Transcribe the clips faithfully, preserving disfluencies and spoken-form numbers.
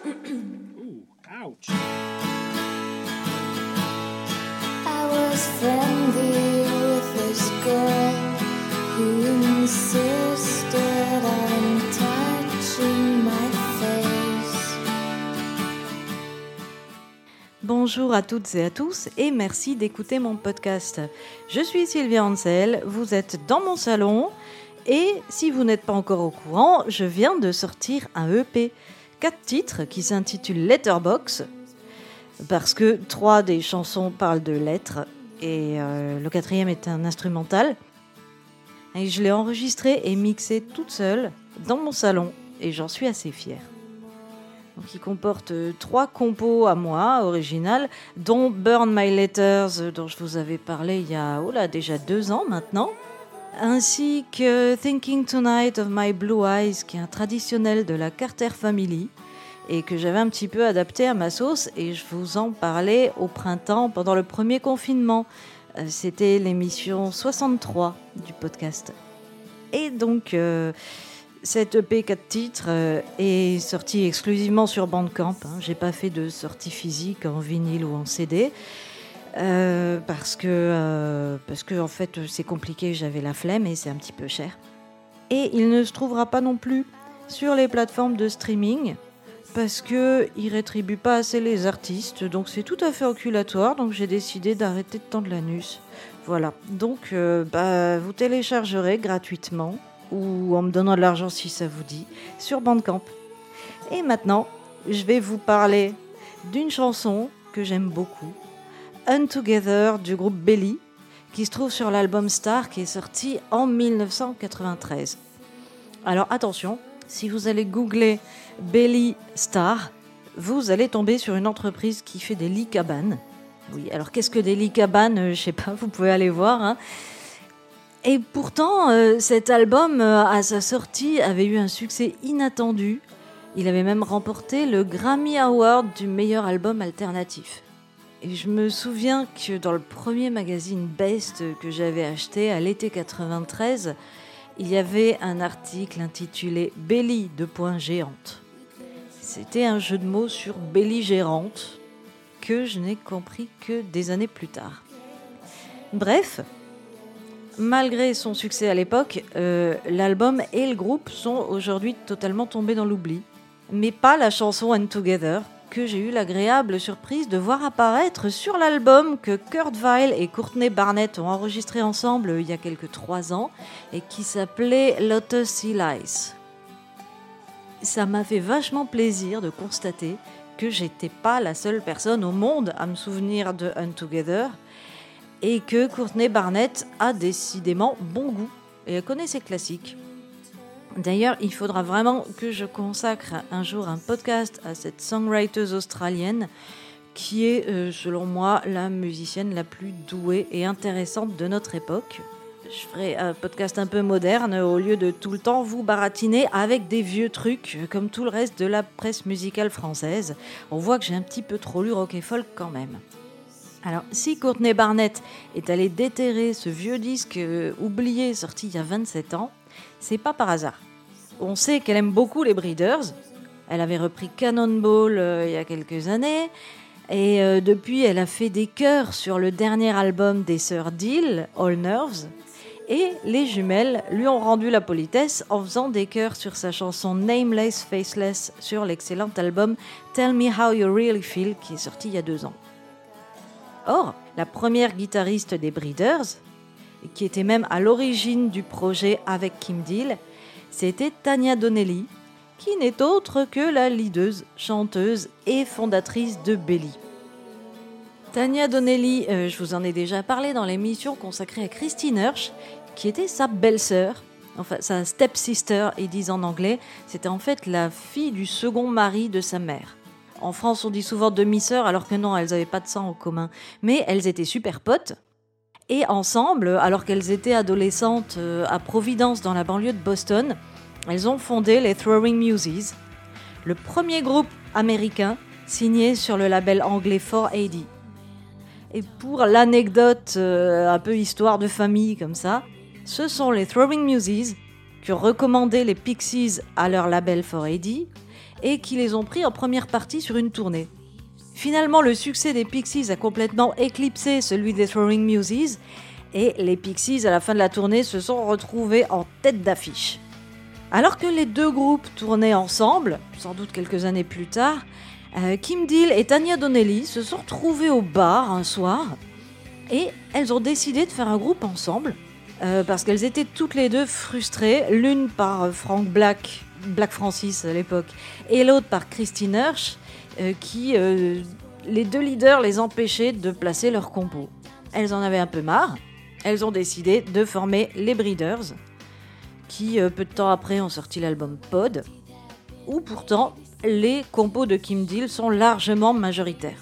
Ooh, ouch. I was friendly with this girl who insisted on touching my face. Bonjour à toutes et à tous et merci d'écouter mon podcast. Je suis Sylvia Ansel, vous êtes dans mon salon et si vous n'êtes pas encore au courant, je viens de sortir un E P, quatre titres qui s'intitule Letterbox parce que trois des chansons parlent de lettres et euh, le quatrième est un instrumental. Et je l'ai enregistré et mixé toute seule dans mon salon et j'en suis assez fière. Donc, il comporte euh, trois compos à moi, originales, dont Burn My Letters, euh, dont je vous avais parlé il y a oh là, déjà deux ans maintenant, ainsi que Thinking Tonight of My Blue Eyes, qui est un traditionnel de la Carter Family, et que j'avais un petit peu adapté à ma sauce, et je vous en parlais au printemps, pendant le premier confinement. Euh, c'était l'émission soixante-trois du podcast. Et donc... Euh, Cette E P quatre titres euh, est sortie exclusivement sur Bandcamp. Hein. J'ai pas fait de sortie physique en vinyle ou en C D euh, parce que euh, parce que en fait c'est compliqué. J'avais la flemme et c'est un petit peu cher. Et il ne se trouvera pas non plus sur les plateformes de streaming parce que ils rétribuent pas assez les artistes. Donc c'est tout à fait oculatoire. Donc j'ai décidé d'arrêter de tendre l'anus. Voilà. Donc euh, bah, vous téléchargerez gratuitement. Ou en me donnant de l'argent si ça vous dit, sur Bandcamp. Et maintenant, je vais vous parler d'une chanson que j'aime beaucoup, Untogether du groupe Belly, qui se trouve sur l'album Star qui est sorti en dix-neuf cent quatre-vingt-treize. Alors attention, si vous allez googler Belly Star, vous allez tomber sur une entreprise qui fait des lits cabanes. Oui, alors qu'est-ce que des lits cabanes ? Je sais pas, vous pouvez aller voir, hein. Et pourtant, euh, cet album, euh, à sa sortie, avait eu un succès inattendu. Il avait même remporté le Grammy Award du meilleur album alternatif. Et je me souviens que dans le premier magazine Best que j'avais acheté à l'été quatre-vingt-treize, il y avait un article intitulé « Belly de point géante ». C'était un jeu de mots sur belligérante que je n'ai compris que des années plus tard. Bref... Malgré son succès à l'époque, euh, l'album et le groupe sont aujourd'hui totalement tombés dans l'oubli. Mais pas la chanson Untogether, que j'ai eu l'agréable surprise de voir apparaître sur l'album que Kurt Vile et Courtney Barnett ont enregistré ensemble il y a quelques trois ans et qui s'appelait Lotus Sea Lies. Ça m'a fait vachement plaisir de constater que j'étais pas la seule personne au monde à me souvenir de Untogether, et que Courtney Barnett a décidément bon goût et elle connaît ses classiques. D'ailleurs, il faudra vraiment que je consacre un jour un podcast à cette songwriter australienne qui est, euh, selon moi, la musicienne la plus douée et intéressante de notre époque. Je ferai un podcast un peu moderne au lieu de tout le temps vous baratiner avec des vieux trucs comme tout le reste de la presse musicale française. On voit que j'ai un petit peu trop lu rock et folk quand même. Alors, si Courtney Barnett est allée déterrer ce vieux disque euh, oublié sorti il y a vingt-sept ans, c'est pas par hasard. On sait qu'elle aime beaucoup les Breeders. Elle avait repris Cannonball euh, il y a quelques années. Et euh, depuis, elle a fait des chœurs sur le dernier album des sœurs Deal, All Nerves. Et les jumelles lui ont rendu la politesse en faisant des chœurs sur sa chanson Nameless Faceless sur l'excellent album Tell Me How You Really Feel qui est sorti il y a deux ans. Or, la première guitariste des Breeders, qui était même à l'origine du projet avec Kim Deal, c'était Tanya Donelly, qui n'est autre que la leaduse, chanteuse et fondatrice de Belly. Tanya Donelly, euh, je vous en ai déjà parlé dans l'émission consacrée à Christine Hirsch, qui était sa belle-sœur, enfin sa step-sister, ils disent en anglais, c'était en fait la fille du second mari de sa mère. En France, on dit souvent demi-sœurs, alors que non, elles n'avaient pas de sang en commun. Mais elles étaient super potes. Et ensemble, alors qu'elles étaient adolescentes à Providence, dans la banlieue de Boston, elles ont fondé les Throwing Muses, le premier groupe américain signé sur le label anglais quatre cent quatre-vingts. Et pour l'anecdote, euh, un peu histoire de famille comme ça, ce sont les Throwing Muses qui ont recommandé les Pixies à leur label quatre cent quatre-vingts et qui les ont pris en première partie sur une tournée. Finalement, le succès des Pixies a complètement éclipsé celui des Throwing Muses, et les Pixies, à la fin de la tournée, se sont retrouvés en tête d'affiche. Alors que les deux groupes tournaient ensemble, sans doute quelques années plus tard, euh, Kim Deal et Tanya Donelly se sont retrouvées au bar un soir, et elles ont décidé de faire un groupe ensemble, euh, parce qu'elles étaient toutes les deux frustrées, l'une par Frank Black, Black Francis à l'époque, et l'autre par Christine Hirsch, euh, qui, euh, les deux leaders, les empêchaient de placer leurs compos. Elles en avaient un peu marre, elles ont décidé de former les Breeders, qui, euh, peu de temps après, ont sorti l'album Pod, où pourtant, les compos de Kim Deal sont largement majoritaires.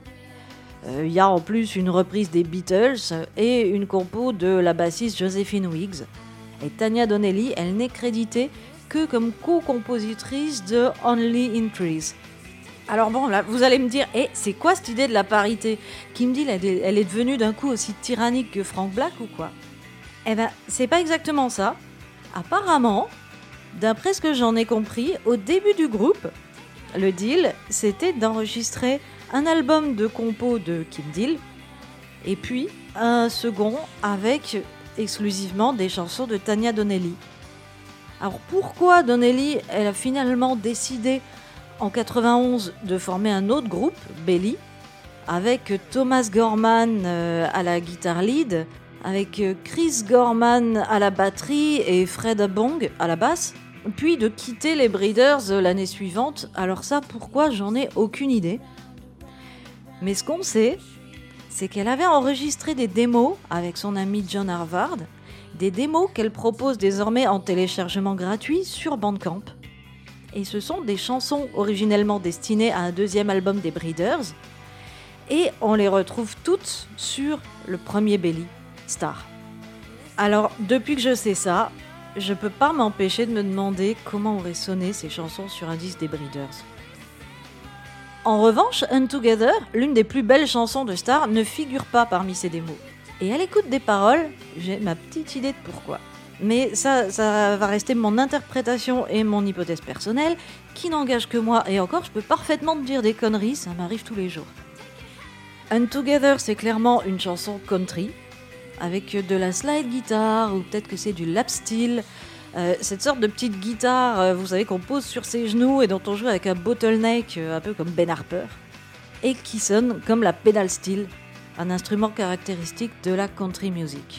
Il euh, y a en plus une reprise des Beatles et une compo de la bassiste Josephine Wiggs. Et Tanya Donelly, elle n'est créditée que comme co-compositrice de Only in Trees. Alors bon, là, vous allez me dire, eh, c'est quoi cette idée de la parité ? Kim Deal, elle, elle est devenue d'un coup aussi tyrannique que Frank Black ou quoi ? Eh ben, c'est pas exactement ça. Apparemment, d'après ce que j'en ai compris, au début du groupe, le deal, c'était d'enregistrer un album de compos de Kim Deal, et puis un second avec exclusivement des chansons de Tanya Donelly. Alors pourquoi Donelly, elle a finalement décidé en quatre-vingt-onze de former un autre groupe, Belly, avec Thomas Gorman euh, à la guitare lead, avec Chris Gorman à la batterie et Fred Abong à la basse, puis de quitter les Breeders l'année suivante. Alors ça, pourquoi, j'en ai aucune idée. Mais ce qu'on sait, c'est qu'elle avait enregistré des démos avec son ami John Harvard, des démos qu'elle propose désormais en téléchargement gratuit sur Bandcamp. Et ce sont des chansons originellement destinées à un deuxième album des Breeders, et on les retrouve toutes sur le premier Belly, Star. Alors, depuis que je sais ça, je peux pas m'empêcher de me demander comment auraient sonné ces chansons sur un disque des Breeders. En revanche, Untogether, l'une des plus belles chansons de Star, ne figure pas parmi ces démos. Et à l'écoute des paroles, j'ai ma petite idée de pourquoi. Mais ça, ça va rester mon interprétation et mon hypothèse personnelle, qui n'engage que moi, et encore, je peux parfaitement dire des conneries, ça m'arrive tous les jours. Untogether, c'est clairement une chanson country, avec de la slide guitare, ou peut-être que c'est du lap steel, euh, cette sorte de petite guitare, euh, vous savez, qu'on pose sur ses genoux et dont on joue avec un bottleneck, euh, un peu comme Ben Harper, et qui sonne comme la pedal steel, un instrument caractéristique de la country music.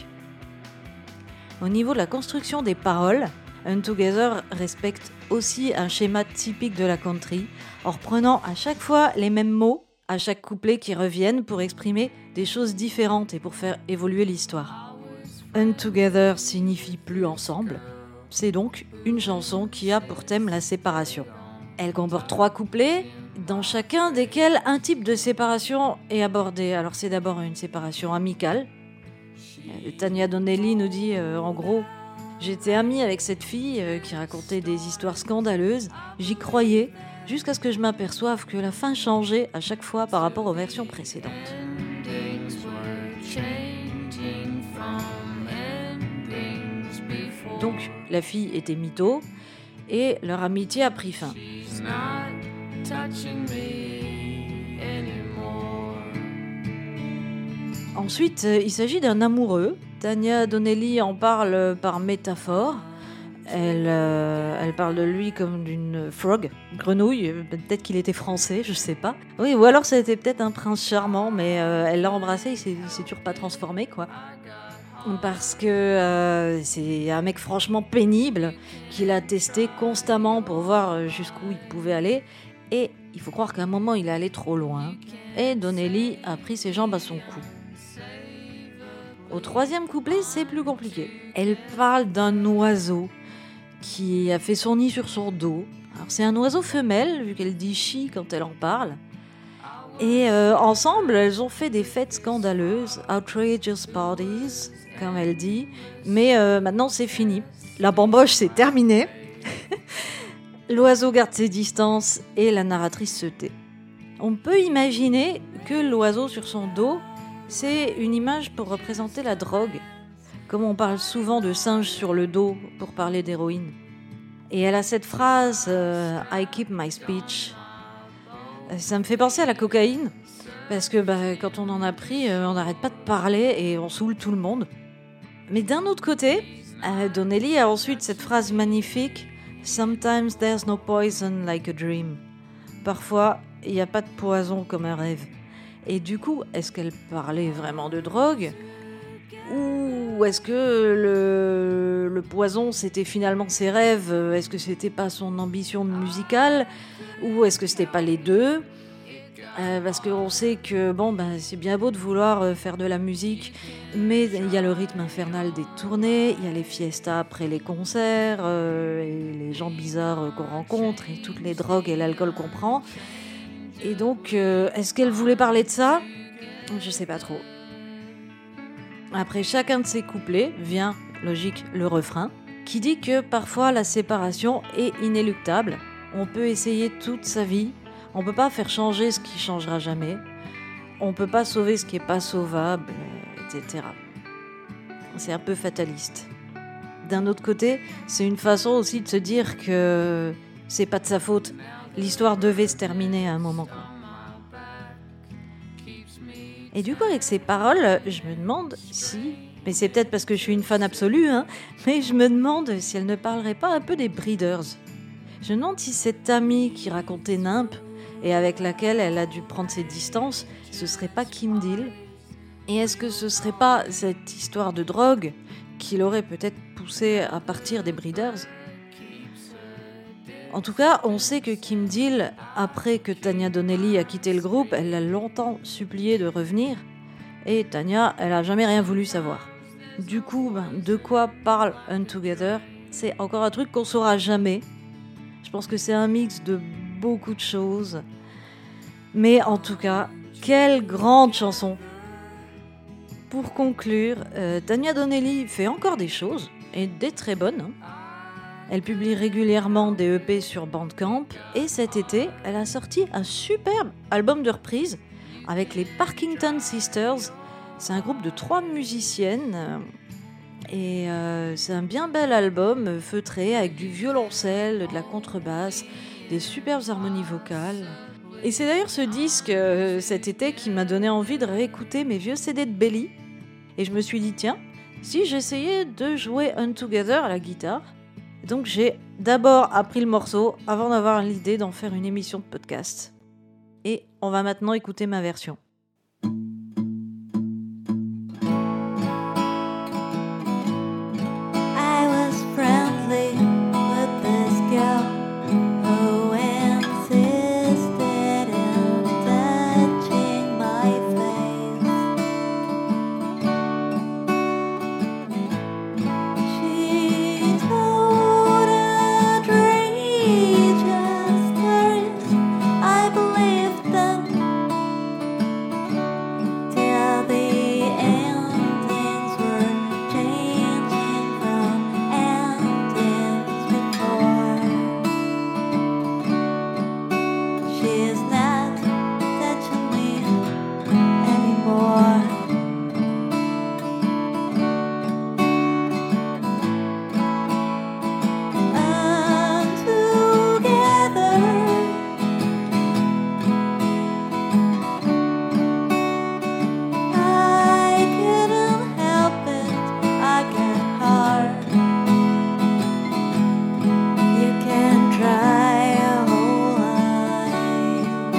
Au niveau de la construction des paroles, Untogether respecte aussi un schéma typique de la country, en reprenant à chaque fois les mêmes mots, à chaque couplet qui reviennent pour exprimer des choses différentes et pour faire évoluer l'histoire. Untogether signifie plus ensemble, c'est donc une chanson qui a pour thème la séparation. Elle comporte trois couplets, dans chacun desquels un type de séparation est abordé. Alors c'est d'abord une séparation amicale. Tanya Donelly nous dit euh, en gros « J'étais amie avec cette fille euh, qui racontait des histoires scandaleuses, j'y croyais, jusqu'à ce que je m'aperçoive que la fin changeait à chaque fois par rapport aux versions précédentes. » Donc la fille était mytho et leur amitié a pris fin. Ensuite, il s'agit d'un amoureux. Tanya Donelly en parle par métaphore. Elle, euh, elle parle de lui comme d'une frog, grenouille. Peut-être qu'il était français, je sais pas. Oui, ou alors c'était peut-être un prince charmant, mais euh, elle l'a embrassé, il s'est, il s'est toujours pas transformé, quoi. Parce que euh, c'est un mec franchement pénible qu'il a testé constamment pour voir jusqu'où il pouvait aller. Et il faut croire qu'à un moment, il est allé trop loin. Et Donelly a pris ses jambes à son cou. Au troisième couplet, c'est plus compliqué. Elle parle d'un oiseau qui a fait son nid sur son dos. Alors, c'est un oiseau femelle, vu qu'elle dit « chi » quand elle en parle. Et euh, ensemble, elles ont fait des fêtes scandaleuses, « outrageous parties », comme elle dit. Mais euh, maintenant, c'est fini. La bamboche, c'est terminé. L'oiseau garde ses distances et la narratrice se tait. On peut imaginer que l'oiseau sur son dos, c'est une image pour représenter la drogue, comme on parle souvent de singe sur le dos pour parler d'héroïne. Et elle a cette phrase euh, I keep my speech. Ça me fait penser à la cocaïne, parce que bah, quand on en a pris, euh, on n'arrête pas de parler et on saoule tout le monde. Mais d'un autre côté, euh, Donnelly a ensuite cette phrase magnifique Sometimes there's no poison like a dream. Parfois, il n'y a pas de poison comme un rêve. Et du coup, est-ce qu'elle parlait vraiment de drogue ? Ou est-ce que le, le poison, c'était finalement ses rêves ? Est-ce que c'était pas son ambition musicale ? Ou est-ce que c'était pas les deux ? euh, Parce qu'on sait que bon, ben, c'est bien beau de vouloir faire de la musique, mais il y a le rythme infernal des tournées, il y a les fiestas après les concerts, euh, et les gens bizarres qu'on rencontre, et toutes les drogues et l'alcool qu'on prend. Et donc, euh, est-ce qu'elle voulait parler de ça ? Je sais pas trop. Après chacun de ces couplets vient, logique, le refrain, qui dit que parfois la séparation est inéluctable. On peut essayer toute sa vie, on peut pas faire changer ce qui changera jamais, on peut pas sauver ce qui est pas sauvable, et cetera. C'est un peu fataliste. D'un autre côté, c'est une façon aussi de se dire que c'est pas de sa faute. L'histoire devait se terminer à un moment, quoi. Et du coup, avec ces paroles, je me demande si... Mais c'est peut-être parce que je suis une fan absolue, hein, mais je me demande si elle ne parlerait pas un peu des Breeders. Je me demande si cette amie qui racontait Nimp, et avec laquelle elle a dû prendre ses distances, ce serait pas Kim Deal. Et est-ce que ce serait pas cette histoire de drogue qui l'aurait peut-être poussée à partir des Breeders ? En tout cas, on sait que Kim Deal, après que Tanya Donelly a quitté le groupe, elle l'a longtemps supplié de revenir. Et Tanya, elle a jamais rien voulu savoir. Du coup, ben, de quoi parle Untogether ? C'est encore un truc qu'on saura jamais. Je pense que c'est un mix de beaucoup de choses. Mais en tout cas, quelle grande chanson ! Pour conclure, euh, Tanya Donelly fait encore des choses, et des très bonnes, hein. Elle publie régulièrement des E P sur Bandcamp et cet été, elle a sorti un superbe album de reprise avec les Parkington Sisters. C'est un groupe de trois musiciennes et euh, c'est un bien bel album feutré avec du violoncelle, de la contrebasse, des superbes harmonies vocales. Et c'est d'ailleurs ce disque euh, cet été qui m'a donné envie de réécouter mes vieux C D de Belly. Et je me suis dit, tiens, si j'essayais de jouer Untogether à la guitare. Donc j'ai d'abord appris le morceau avant d'avoir l'idée d'en faire une émission de podcast. Et on va maintenant écouter ma version. I was friendly with this girl who insisted in touching my face. She told outrageous stories. I believed them till the endings were changing from endings before. She's not touching me anymore. Untogether, I couldn't help it, I get hard. You can try a whole life.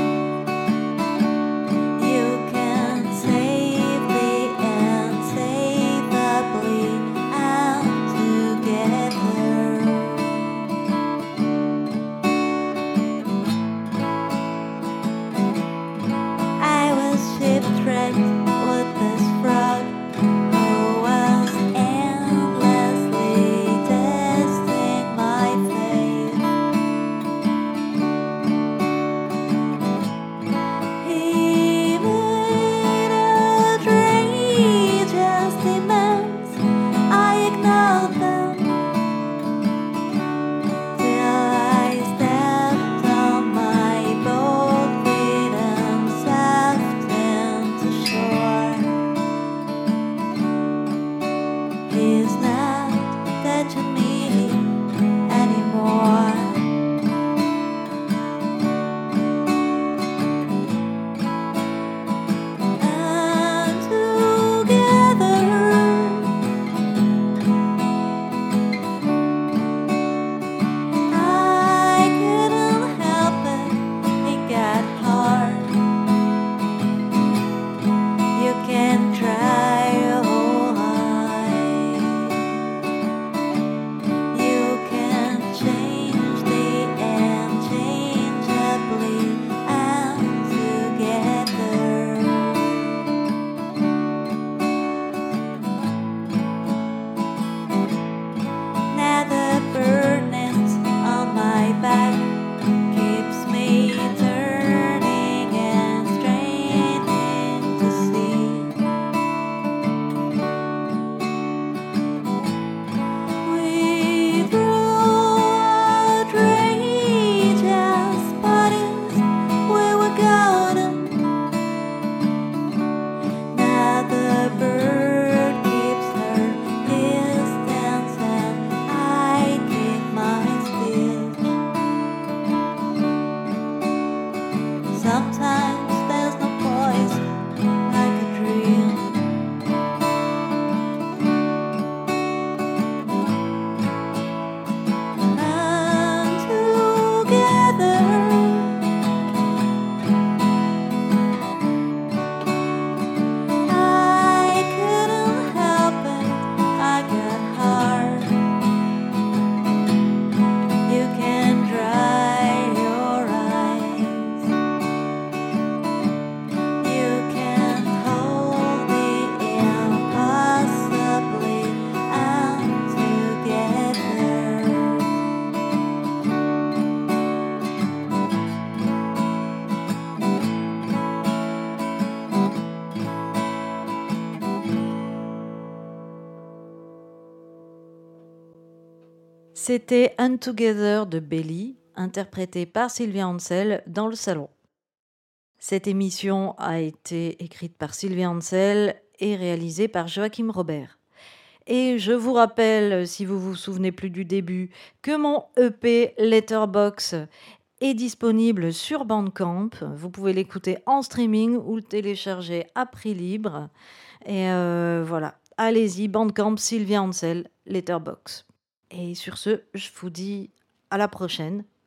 Sometimes there's no poison like a dream. And together I couldn't help it, I got hard. You can dry your eyes, you can hold the impossibly, and together C'était Untogether de Belly, interprété par Sylvia Ansel dans le salon. Cette émission a été écrite par Sylvia Ansel et réalisée par Joachim Robert. Et je vous rappelle, si vous vous souvenez plus du début, que mon E P Letterbox est disponible sur Bandcamp. Vous pouvez l'écouter en streaming ou le télécharger à prix libre. Et euh, voilà, allez-y, Bandcamp, Sylvia Ansel, Letterbox. Et sur ce, je vous dis à la prochaine